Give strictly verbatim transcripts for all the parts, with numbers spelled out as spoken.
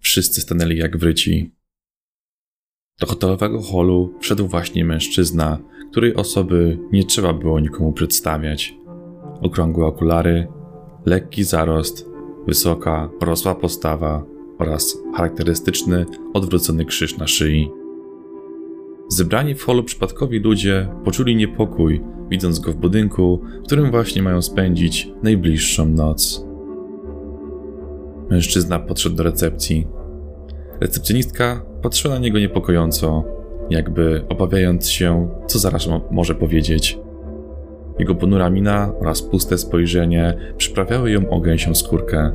Wszyscy stanęli jak wryci. Do hotelowego holu wszedł właśnie mężczyzna, której osoby nie trzeba było nikomu przedstawiać. Okrągłe okulary, lekki zarost, wysoka, rosła postawa oraz charakterystyczny, odwrócony krzyż na szyi. Zebrani w holu przypadkowi ludzie poczuli niepokój, widząc go w budynku, w którym właśnie mają spędzić najbliższą noc. Mężczyzna podszedł do recepcji. Recepcjonistka patrzyła na niego niepokojąco, jakby obawiając się, co zaraz mo- może powiedzieć. Jego ponura mina oraz puste spojrzenie przyprawiały ją o gęsią skórkę.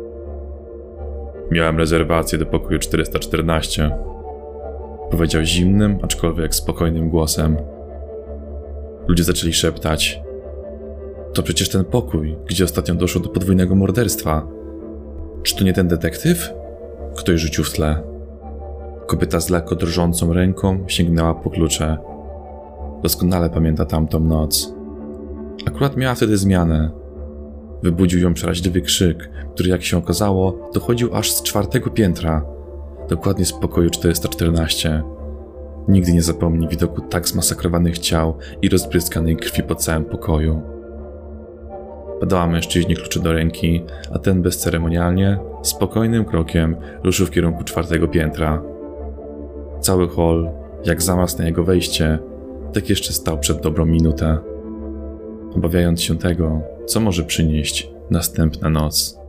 Miałem rezerwację do pokoju czterysta czternaście. Powiedział zimnym, aczkolwiek spokojnym głosem. Ludzie zaczęli szeptać. To przecież ten pokój, gdzie ostatnio doszło do podwójnego morderstwa. Czy to nie ten detektyw? Ktoś rzucił w tle. Kobieta z lekko drżącą ręką sięgnęła po klucze. Doskonale pamięta tamtą noc. Akurat miała wtedy zmianę. Wybudził ją przeraźliwy krzyk, który jak się okazało dochodził aż z czwartego piętra, dokładnie z pokoju czterysta czternaście. Nigdy nie zapomni widoku tak zmasakrowanych ciał i rozbryzganej krwi po całym pokoju. Podała mężczyźnie klucze do ręki, a ten bezceremonialnie, spokojnym krokiem ruszył w kierunku czwartego piętra. Cały hol, jak zamaz na jego wejście, tak jeszcze stał przed dobrą minutę, obawiając się tego, co może przynieść następna noc.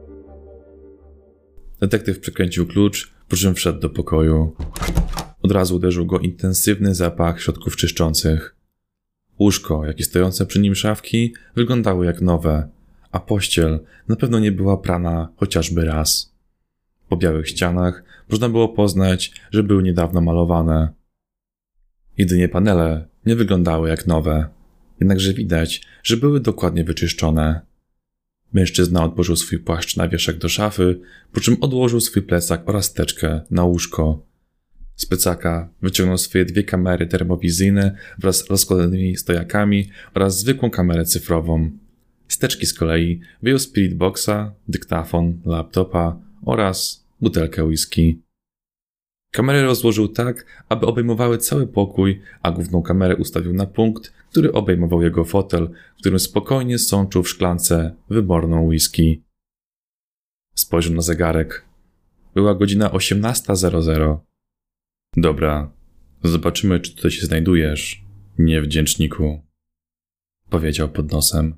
Detektyw przekręcił klucz, po czym wszedł do pokoju. Od razu uderzył go intensywny zapach środków czyszczących. Łóżko, jak i stojące przy nim szafki, wyglądały jak nowe, a pościel na pewno nie była prana chociażby raz. Po białych ścianach można było poznać, że były niedawno malowane. Jedynie panele nie wyglądały jak nowe, jednakże widać, że były dokładnie wyczyszczone. Mężczyzna odłożył swój płaszcz na wieszak do szafy, po czym odłożył swój plecak oraz teczkę na łóżko. Z plecaka wyciągnął swoje dwie kamery termowizyjne wraz z rozkładanymi stojakami oraz zwykłą kamerę cyfrową. Z teczki z kolei wyjął spiritboxa, dyktafon, laptopa oraz butelkę whisky. Kamery rozłożył tak, aby obejmowały cały pokój, a główną kamerę ustawił na punkt, który obejmował jego fotel, w którym spokojnie sączył w szklance wyborną whisky. Spojrzał na zegarek. Była godzina osiemnasta zero zero. Dobra, zobaczymy, czy tutaj się znajdujesz, niewdzięczniku, powiedział pod nosem.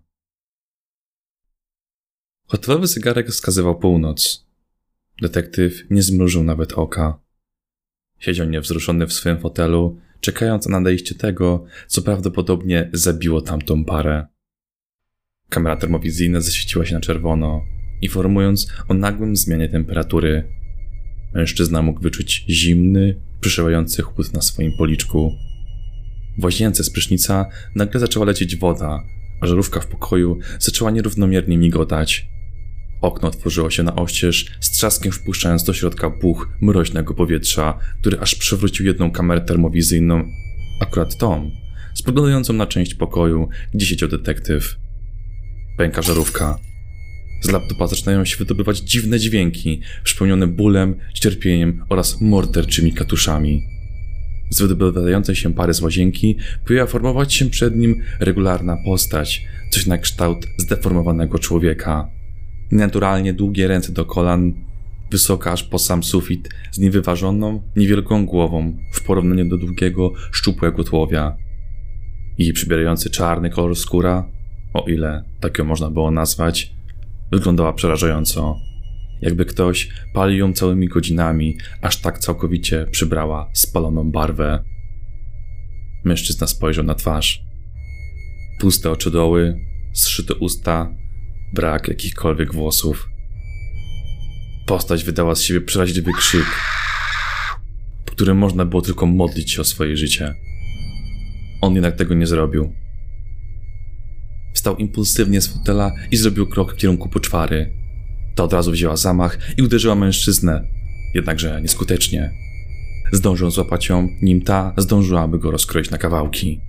Hotelowy zegarek wskazywał północ. Detektyw nie zmrużył nawet oka. Siedział niewzruszony w swym fotelu, czekając na nadejście tego, co prawdopodobnie zabiło tamtą parę. Kamera termowizyjna zaświeciła się na czerwono, informując o nagłym zmianie temperatury. Mężczyzna mógł wyczuć zimny, przyszywający chłód na swoim policzku. W łazience z prysznica nagle zaczęła lecieć woda, a żarówka w pokoju zaczęła nierównomiernie migotać. Okno otworzyło się na oścież, z trzaskiem wpuszczając do środka puch mroźnego powietrza, który aż przewrócił jedną kamerę termowizyjną, akurat tą, spoglądającą na część pokoju, gdzie siedział detektyw. Pęka żarówka. Z laptopa zaczynają się wydobywać dziwne dźwięki, przypełnione bólem, cierpieniem oraz morderczymi katuszami. Z wydobywającej się pary z łazienki pojęła formować się przed nim regularna postać, coś na kształt zdeformowanego człowieka. Nienaturalnie długie ręce do kolan, wysoka aż po sam sufit, z niewyważoną, niewielką głową w porównaniu do długiego, szczupłego tułowia. Jej przybierający czarny kolor skóra, o ile tak ją można było nazwać, wyglądała przerażająco. Jakby ktoś palił ją całymi godzinami, aż tak całkowicie przybrała spaloną barwę. Mężczyzna spojrzał na twarz. Puste oczodoły, zszyte usta, brak jakichkolwiek włosów. Postać wydała z siebie przeraźliwy krzyk, po którym można było tylko modlić się o swoje życie. On jednak tego nie zrobił. Wstał impulsywnie z fotela i zrobił krok w kierunku poczwary. Ta od razu wzięła zamach i uderzyła mężczyznę, jednakże nieskutecznie. Zdążył złapać ją, nim ta zdążyłaby go rozkroić na kawałki.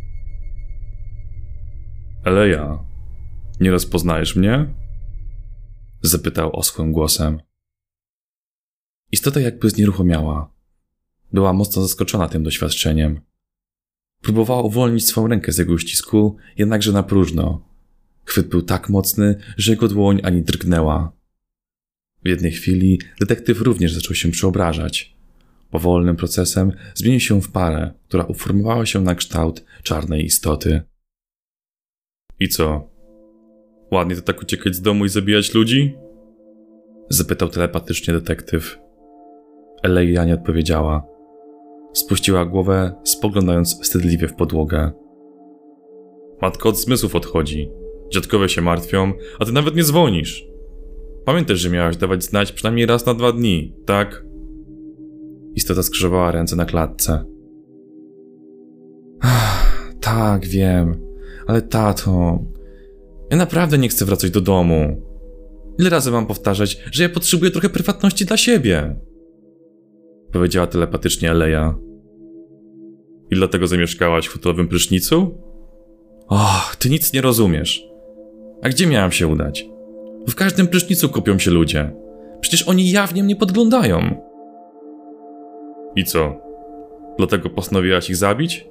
Eleja, nie rozpoznajesz mnie? Zapytał oschłym głosem. Istota jakby znieruchomiała. Była mocno zaskoczona tym doświadczeniem. Próbowała uwolnić swą rękę z jego uścisku, jednakże na próżno. Chwyt był tak mocny, że jego dłoń ani drgnęła. W jednej chwili detektyw również zaczął się przeobrażać. Powolnym procesem zmienił się w parę, która uformowała się na kształt czarnej istoty. I co? Ładnie to tak uciekać z domu i zabijać ludzi? Zapytał telepatycznie detektyw. Aleja nie odpowiedziała. Spuściła głowę, spoglądając wstydliwie w podłogę. Matka od zmysłów odchodzi. Dziadkowie się martwią, a ty nawet nie dzwonisz. Pamiętasz, że miałaś dawać znać przynajmniej raz na dwa dni, tak? Istota skrzyżowała ręce na klatce. Ach, tak, wiem. Ale tato... Ja naprawdę nie chcę wracać do domu. Ile razy mam powtarzać, że ja potrzebuję trochę prywatności dla siebie? Powiedziała telepatycznie Aleja. I dlatego zamieszkałaś w hotelowym prysznicu? Och, ty nic nie rozumiesz. A gdzie miałam się udać? W każdym prysznicu kopią się ludzie. Przecież oni jawnie mnie podglądają. I co? Dlatego postanowiłaś ich zabić?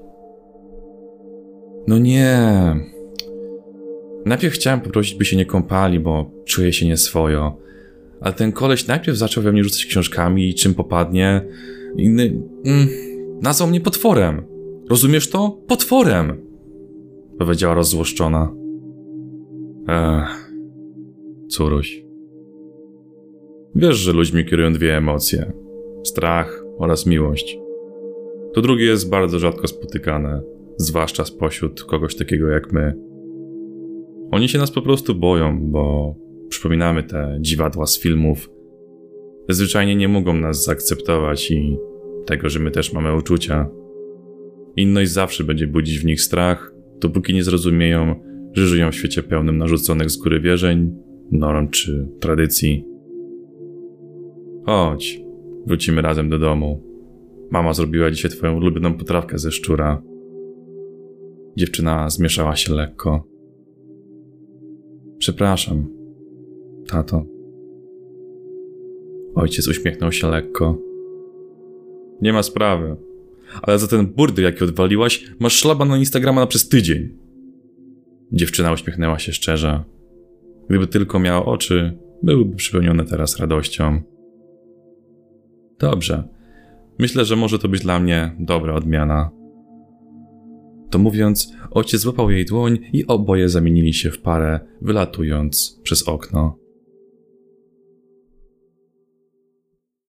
No nie. Najpierw chciałem poprosić, by się nie kąpali, bo czuję się nieswojo. Ale ten koleś najpierw zaczął we mnie rzucać książkami i czym popadnie. Inny... Mm, nazwał mnie potworem. Rozumiesz to? Potworem! Powiedziała rozzłoszczona. Ech... Córuś. Wiesz, że ludźmi kierują dwie emocje. Strach oraz miłość. To drugie jest bardzo rzadko spotykane, zwłaszcza spośród kogoś takiego jak my. Oni się nas po prostu boją, bo przypominamy te dziwadła z filmów. Zwyczajnie nie mogą nas zaakceptować i tego, że my też mamy uczucia. Inność zawsze będzie budzić w nich strach, dopóki nie zrozumieją, że żyją w świecie pełnym narzuconych z góry wierzeń, norm czy tradycji. Chodź, wrócimy razem do domu. Mama zrobiła dzisiaj twoją ulubioną potrawkę ze szczura. Dziewczyna zmieszała się lekko. Przepraszam, tato. Ojciec uśmiechnął się lekko. Nie ma sprawy, ale za ten burdel, jaki odwaliłaś, masz szlaban na Instagrama na przez tydzień. Dziewczyna uśmiechnęła się szczerze. Gdyby tylko miała oczy, byłyby przepełnione teraz radością. Dobrze. Myślę, że może to być dla mnie dobra odmiana. To mówiąc, ojciec złapał jej dłoń i oboje zamienili się w parę, wylatując przez okno.